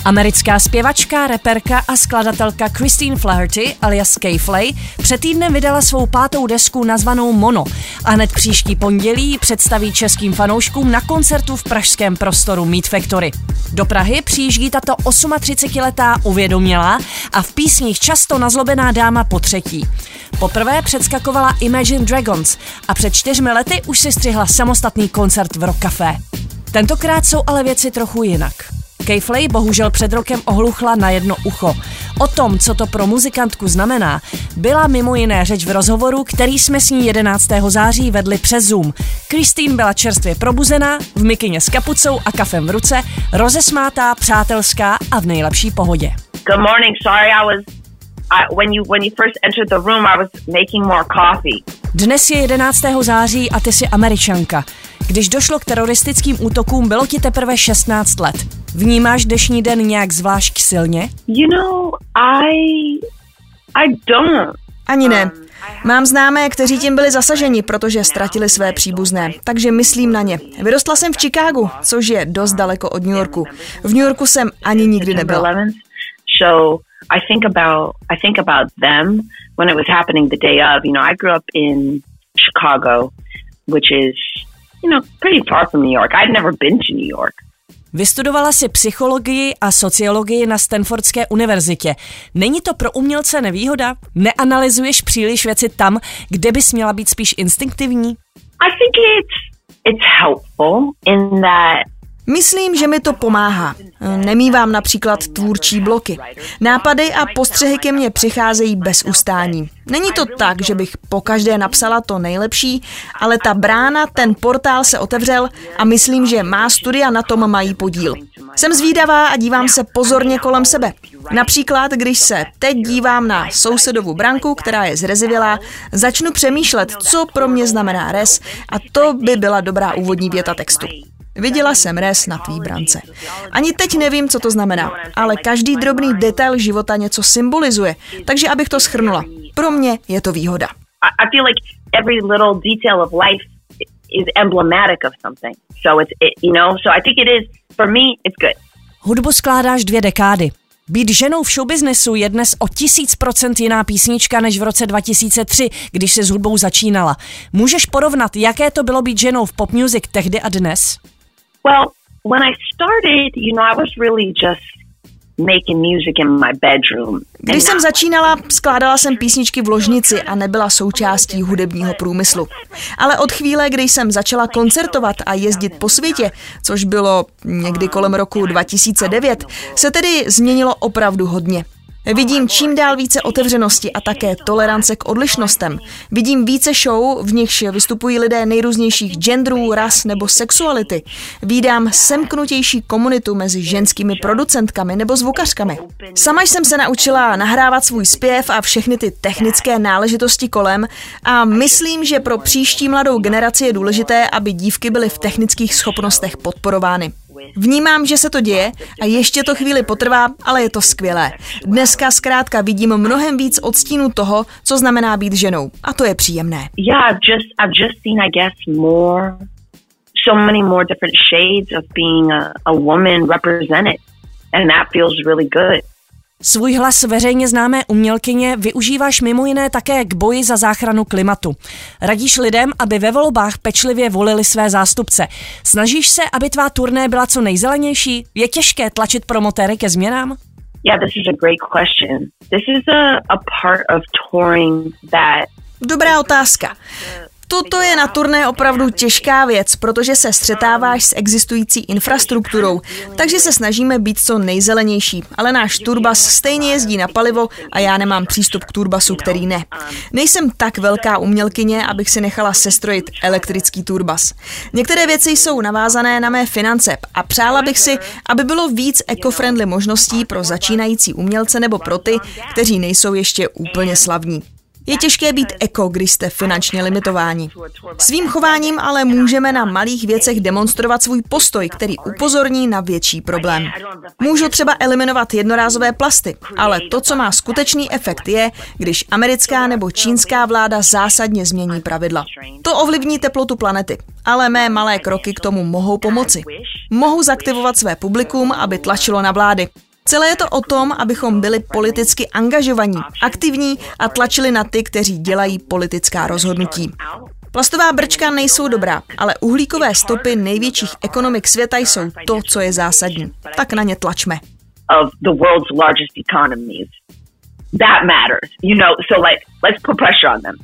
Americká zpěvačka, reperka a skladatelka Christine Flaherty alias K-Flay před týdnem vydala svou 5. desku nazvanou Mono a hned příští pondělí ji představí českým fanouškům na koncertu v pražském prostoru Meat Factory. Do Prahy přijíždí tato 38letá uvědomělá a v písních často nazlobená dáma potřetí. Poprvé předskakovala Imagine Dragons a před 4 lety už si střihla samostatný koncert v Rock Café. Tentokrát jsou ale věci trochu jinak. K-Flay bohužel před rokem ohluchla na jedno ucho. O tom, co to pro muzikantku znamená, byla mimo jiné řeč v rozhovoru, který jsme s ní 11. září vedli přes Zoom. Christine byla čerstvě probuzená, v mikině s kapucou a kafem v ruce, rozesmátá, přátelská a v nejlepší pohodě. Good morning, sorry when you first entered the room, I was making more coffee. Dnes je 11. září a ty jsi Američanka. Když došlo k teroristickým útokům, bylo ti teprve 16 let. Vnímáš dnešní den nějak zvlášť silně? You know, I don't. Ani ne. Mám známé, kteří tím byli zasaženi, protože ztratili své příbuzné, takže myslím na ně. Vyrostla jsem v Chicagu, což je dost daleko od New Yorku. V New Yorku jsem ani nikdy nebyla. So I think about them when it was happening the day of. You know, I grew up in Chicago, which is, you know, pretty far from New York. I'd never been to New York. Vystudovala si psychologii a sociologii na Stanfordské univerzitě. Není to pro umělce nevýhoda? Neanalyzuješ příliš věci tam, kde bys měla být spíš instinktivní? I think it's helpful in that. Myslím, že mi to pomáhá. Nemívám například tvůrčí bloky. Nápady a postřehy ke mně přicházejí bez ustání. Není to tak, že bych pokaždé napsala to nejlepší, ale ta brána, ten portál se otevřel a myslím, že má studia na tom mají podíl. Jsem zvídavá a dívám se pozorně kolem sebe. Například, když se teď dívám na sousedovu branku, která je zrezivělá, začnu přemýšlet, co pro mě znamená rez, a to by byla dobrá úvodní věta textu. Viděla jsem rez na tvý brance. Ani teď nevím, co to znamená, ale každý drobný detail života něco symbolizuje, takže abych to shrnula. Pro mě je to výhoda. I feel like every little detail of life is emblematic of something. So I think it is, for me, it's good. Hudbu skládáš 2 dekády. Být ženou v showbiznesu je dnes o 1000% jiná písnička než v roce 2003, když se s hudbou začínala. Můžeš porovnat, jaké to bylo být ženou v pop music tehdy a dnes? Well, when I started, you know, I was really just making music in my bedroom. Když jsem začínala, skládala jsem písničky v ložnici a nebyla součástí hudebního průmyslu. Ale od chvíle, kdy jsem začala koncertovat a jezdit po světě, což bylo někdy kolem roku 2009, se tedy změnilo opravdu hodně. Vidím čím dál více otevřenosti a také tolerance k odlišnostem. Vidím více show, v nichž vystupují lidé nejrůznějších genderů, ras nebo sexuality. Vídám semknutější komunitu mezi ženskými producentkami nebo zvukařkami. Sama jsem se naučila nahrávat svůj zpěv a všechny ty technické náležitosti kolem a myslím, že pro příští mladou generaci je důležité, aby dívky byly v technických schopnostech podporovány. Vnímám, že se to děje a ještě to chvíli potrvá, ale je to skvělé. Dneska zkrátka vidím mnohem víc odstínů toho, co znamená být ženou. A to je příjemné. Yeah, I've just seen, I guess, so many more different shades of being a woman represented. And that feels really good. Svůj hlas veřejně známé umělkyně využíváš mimo jiné také k boji za záchranu klimatu. Radíš lidem, aby ve volbách pečlivě volili své zástupce. Snažíš se, aby tvá turné byla co nejzelenější? Je těžké tlačit promotéry ke změnám? Yeah, this is a great question. This is a part of touring that... Dobrá otázka. Toto je na turné opravdu těžká věc, protože se střetáváš s existující infrastrukturou, takže se snažíme být co nejzelenější, ale náš turbas stejně jezdí na palivo a já nemám přístup k turbasu, který ne. Nejsem tak velká umělkyně, abych si nechala sestrojit elektrický turbas. Některé věci jsou navázané na mé finance a přála bych si, aby bylo víc eco-friendly možností pro začínající umělce nebo pro ty, kteří nejsou ještě úplně slavní. Je těžké být eko, když jste finančně limitováni. Svým chováním ale můžeme na malých věcech demonstrovat svůj postoj, který upozorní na větší problém. Můžu třeba eliminovat jednorázové plasty, ale to, co má skutečný efekt, je, když americká nebo čínská vláda zásadně změní pravidla. To ovlivní teplotu planety, ale mé malé kroky k tomu mohou pomoci. Mohu zaktivovat své publikum, aby tlačilo na vlády. Celé je to o tom, abychom byli politicky angažovaní, aktivní a tlačili na ty, kteří dělají politická rozhodnutí. Plastová brčka nejsou dobrá, ale uhlíkové stopy největších ekonomik světa jsou to, co je zásadní. Tak na ně tlačme. Of the world's largest economies. That matters, so let's put pressure on them.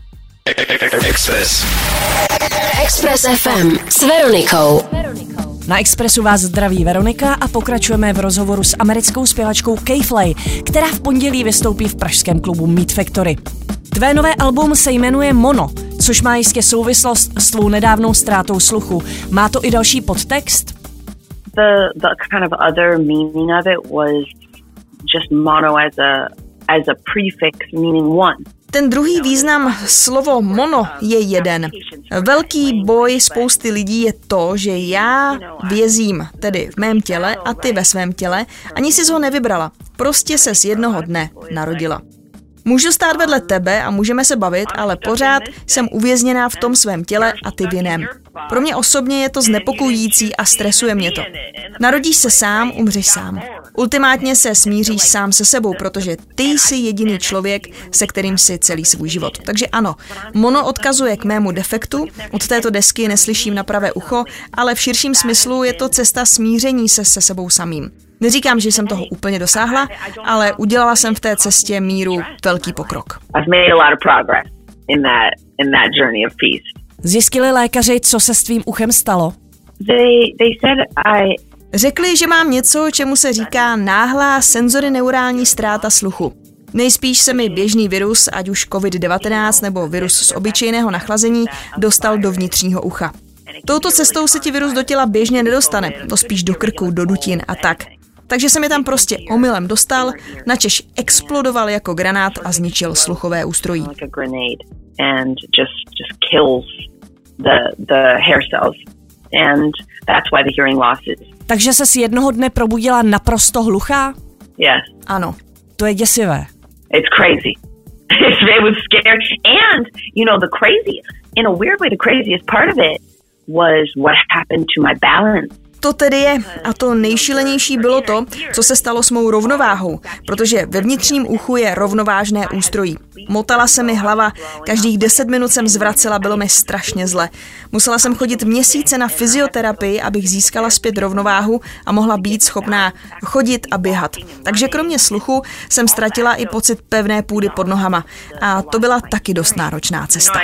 Express FM s Veronikou. Na Expressu vás zdraví Veronika a pokračujeme v rozhovoru s americkou zpěvačkou K-Flay, která v pondělí vystoupí v pražském klubu Meat Factory. Tvé nové album se jmenuje Mono, což má jistě souvislost s tvou nedávnou ztrátou sluchu. Má to i další podtext? The kind of other meaning of it was just mono as a prefix meaning one. Ten druhý význam slovo mono je jeden. Velký boj spousty lidí je to, že já vězím, tedy v mém těle a ty ve svém těle, ani si ho nevybrala. Prostě se z jednoho dne narodila. Můžu stát vedle tebe a můžeme se bavit, ale pořád jsem uvězněná v tom svém těle a ty v jiném. Pro mě osobně je to znepokojující a stresuje mě to. Narodíš se sám, umřeš sám. Ultimátně se smíříš sám se sebou, protože ty jsi jediný člověk, se kterým si celý svůj život. Takže ano, mono odkazuje k mému defektu, od této desky neslyším na pravé ucho, ale v širším smyslu je to cesta smíření se sebou samým. Neříkám, že jsem toho úplně dosáhla, ale udělala jsem v té cestě míru velký pokrok. Zjistili lékaři, co se s tvým uchem stalo? Řekli, že mám něco, čemu se říká náhlá senzorineurální ztráta sluchu. Nejspíš se mi běžný virus, ať už COVID-19 nebo virus z obyčejného nachlazení, dostal do vnitřního ucha. Touto cestou se ti virus do těla běžně nedostane, to spíš do krku, do dutin a tak. Takže se mi tam prostě omylem dostal, načež explodoval jako granát a zničil sluchové ústrojí. Takže ses jednoho dne probudila naprosto hluchá? Yes. Ano. To je děsivé. It's crazy. It was scary. And, in a weird way, the craziest part of it was what happened to my balance. To tedy je, a to nejšilenější bylo to, co se stalo s mou rovnováhou, protože ve vnitřním uchu je rovnovážné ústrojí. Motala se mi hlava, každých 10 minut jsem zvracela, bylo mi strašně zle. Musela jsem chodit měsíce na fyzioterapii, abych získala zpět rovnováhu a mohla být schopná chodit a běhat. Takže kromě sluchu jsem ztratila i pocit pevné půdy pod nohama. A to byla taky dost náročná cesta.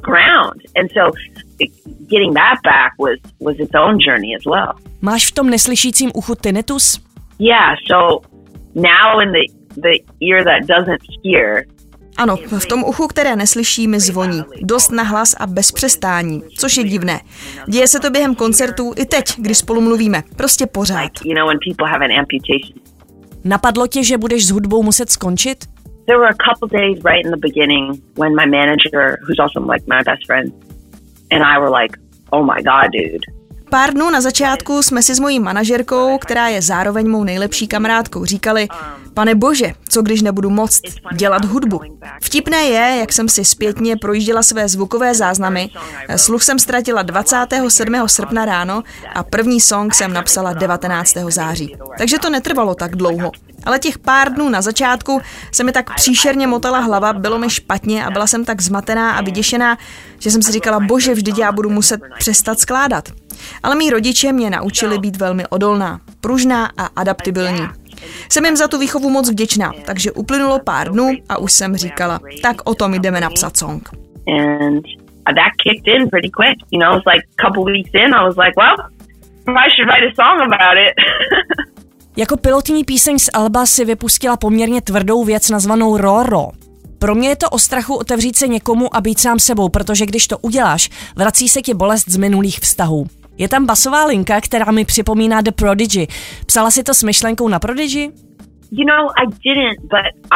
Getting that back was its own journey as well. Máš v tom neslyšícím uchu tinnitus? Yeah, so now in the ear that doesn't hear. Ano, v tom uchu, které neslyší, mi zvoní. Dost nahlas a bez přestání, což je divné. Děje se to během koncertů i teď, když spolu mluvíme. Prostě pořád. When people have an amputation. Napadlo tě, že budeš s hudbou muset skončit? There were a couple days right in the beginning when my manager, who's also like my best friend, and I were like, oh my God, dude. Pár dnů na začátku jsme si s mojí manažerkou, která je zároveň mou nejlepší kamarádkou, říkali, pane bože, co když nebudu moct dělat hudbu. Vtipné je, jak jsem si zpětně projížděla své zvukové záznamy, sluch jsem ztratila 27. srpna ráno a první song jsem napsala 19. září. Takže to netrvalo tak dlouho. Ale těch pár dnů na začátku se mi tak příšerně motala hlava, bylo mi špatně a byla jsem tak zmatená a vyděšená, že jsem si říkala, bože, vždyť já budu muset přestat skládat. Ale mý rodiče mě naučili být velmi odolná, pružná a adaptibilní. Jsem jim za tu výchovu moc vděčná, takže uplynulo pár dnů a už jsem říkala, tak o tom jdeme napsat song. And that kicked in pretty quick. It was like a couple weeks in, I was like, well, I should write a song about it. Jako pilotní píseň z alba si vypustila poměrně tvrdou věc nazvanou Roro. Pro mě je to o strachu otevřít se někomu a být sám sebou, protože když to uděláš, vrací se ti bolest z minulých vztahů. Je tam basová linka, která mi připomíná The Prodigy. Psala si to s myšlenkou na Prodigy? I didn't, but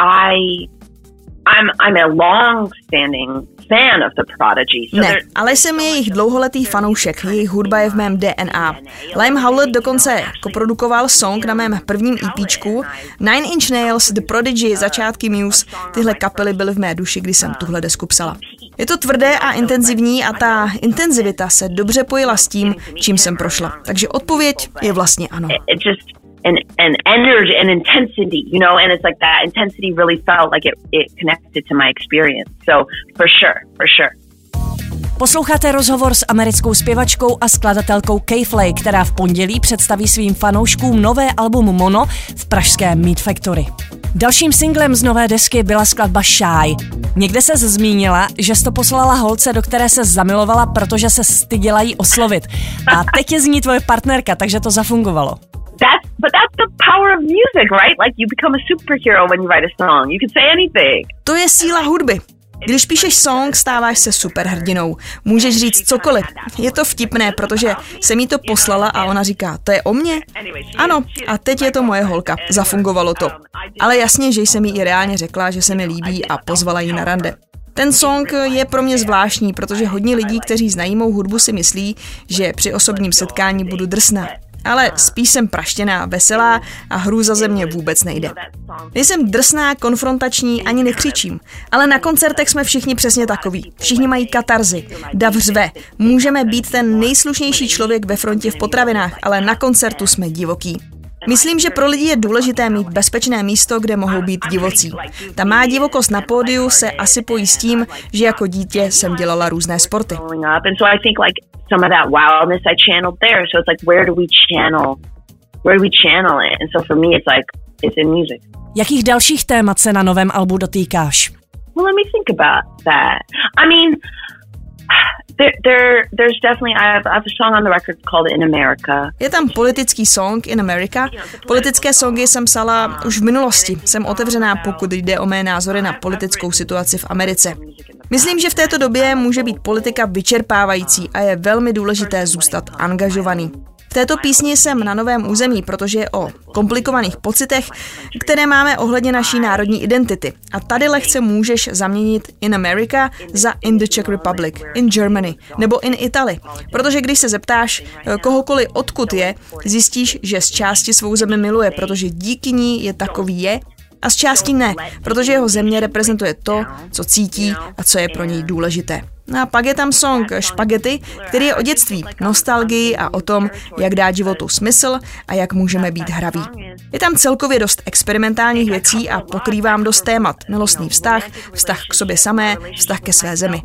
I'm a long-standing fan of The Prodigy. Ne, ale jsem jejich dlouholetý fanoušek, jejich hudba je v mém DNA. Liam Howlett dokonce koprodukoval song na mém prvním EPčku. Nine Inch Nails, The Prodigy, začátky Muse, tyhle kapely byly v mé duši, když jsem tuhle desku psala. Je to tvrdé a intenzivní a ta intenzivita se dobře pojila s tím, čím jsem prošla. Takže odpověď je vlastně ano. and energy and intensity, you know, and it's like that intensity really felt like it connected to my experience. So for sure. Posloucháte rozhovor s americkou zpěvačkou a skladatelkou K-Flay, která v pondělí představí svým fanouškům nové album Mono v pražském Meat Factory. Dalším singlem z nové desky byla skladba Shy. Někde se zmínila, že jsi to poslala holce, do které se zamilovala, protože se styděla jí oslovit. A teď je z ní tvoje partnerka, takže to zafungovalo. But that's the power of music, right? Like you become a superhero when you write a song. You can say anything. To je síla hudby. Když píšeš song, stáváš se superhrdinou. Můžeš říct cokoliv. Je to vtipné, protože jsem jí to poslala a ona říká, to je o mně? Ano, a teď je to moje holka. Zafungovalo to. Ale jasně, že jsem jí i reálně řekla, že se mi líbí a pozvala jí na rande. Ten song je pro mě zvláštní, protože hodně lidí, kteří znají mou hudbu, si myslí, že při osobním setkání budu drsná. Ale spíš jsem praštěná, veselá a hrůza ze mě vůbec nejde. Nejsem drsná, konfrontační, ani nekřičím. Ale na koncertech jsme všichni přesně takoví. Všichni mají katarzy, dav řve. Můžeme být ten nejslušnější člověk ve frontě v potravinách, ale na koncertu jsme divoký. Myslím, že pro lidi je důležité mít bezpečné místo, kde mohou být divocí. Ta má divokost na pódiu se asi pojí s tím, že jako dítě jsem dělala různé sporty. Some of that wildness I channeled there. So it's like, where do we channel it? And so for me, it's in music. Jakých dalších témat se na novém albu dotýkáš? Well, let me think about that. I mean, there's definitely, I have a song on the record called In America. Je tam politický song In America. Politické songy jsem psala už v minulosti. Jsem otevřená, pokud jde o mé názory na politickou situaci v Americe. Myslím, že v této době může být politika vyčerpávající a je velmi důležité zůstat angažovaný. V této písni jsem na novém území, protože je o komplikovaných pocitech, které máme ohledně naší národní identity. A tady lehce můžeš zaměnit In America za In the Czech Republic, In Germany nebo In Italy. Protože když se zeptáš kohokoliv odkud je, zjistíš, že z části svou zemi miluje, protože díky ní je takový je, a z části ne, protože jeho země reprezentuje to, co cítí a co je pro něj důležité. A pak je tam song Špagety, který je o dětství, nostalgii a o tom, jak dát životu smysl a jak můžeme být hraví. Je tam celkově dost experimentálních věcí a pokrývám dost témat. Milostný vztah, vztah k sobě samé, vztah ke své zemi.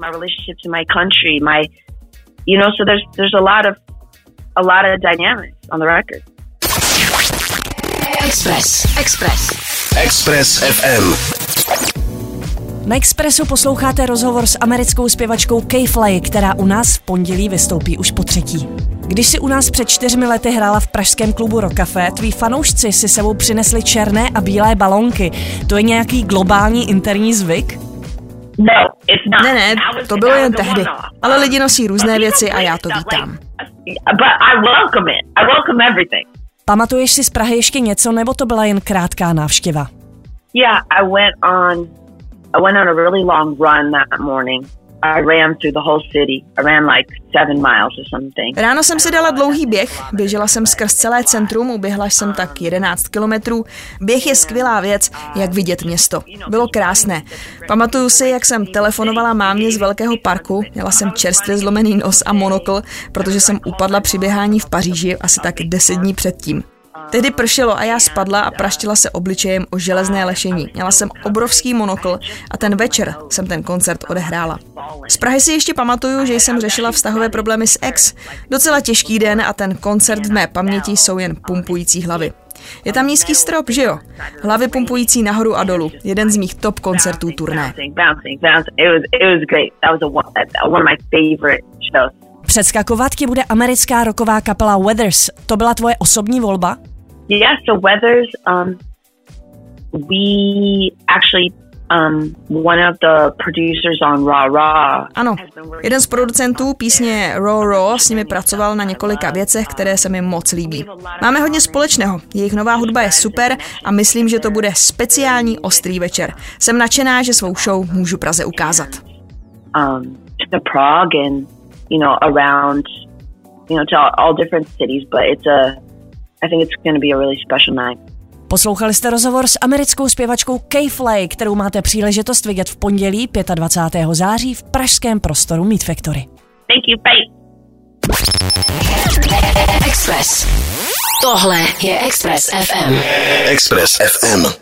Express FM. Na Expressu posloucháte rozhovor s americkou zpěvačkou K-Flay, která u nás v pondělí vystoupí už po třetí. Když si u nás před 4 lety hrála v pražském klubu Rock Café, tví fanoušci si sebou přinesli černé a bílé balónky. To je nějaký globální interní zvyk? Ne, to bylo jen tehdy. Ale lidi nosí různé věci a já to vítám. Pamatuješ si z Prahy ještě něco, nebo to byla jen krátká návštěva? Yeah, I went on a really long run that morning. I ran through the whole city. I ran like 7 miles or something. Ráno jsem si dala dlouhý běh, běžela jsem skrz celé centrum, uběhla jsem tak 11 kilometrů. Běh je skvělá věc, jak vidět město. Bylo krásné. Pamatuju si, jak jsem telefonovala mámě z velkého parku, měla jsem čerstvě zlomený nos a monokl, protože jsem upadla při běhání v Paříži asi tak 10 dní předtím. Tehdy pršelo a já spadla a praštila se obličejem o železné lešení. Měla jsem obrovský monokl a ten večer jsem ten koncert odehrála. Z Prahy si ještě pamatuju, že jsem řešila vztahové problémy s ex. Docela těžký den a ten koncert v mé paměti jsou jen pumpující hlavy. Je tam nízký strop, že jo? Hlavy pumpující nahoru a dolů. Jeden z mých top koncertů turné. Předskakovat ti bude americká rocková kapela Weathers. To byla tvoje osobní volba? Yeah, so Weathers, we actually, one of the producers on Raw Raw. Ano, jeden z producentů písně Raw Raw s nimi pracoval na několika věcech, které se mi moc líbí. Máme hodně společného, jejich nová hudba je super a myslím, že to bude speciální ostrý večer. Jsem nadšená, že svou show můžu Praze ukázat. To Prague and around, to all different cities, but I think it's going to be a really special night. Poslouchali jste rozhovor s americkou zpěvačkou K-Flay, kterou máte příležitost vidět v pondělí 25. září v pražském prostoru Meat Factory. Thank you, bye. Express. Tohle je Express FM. Express FM.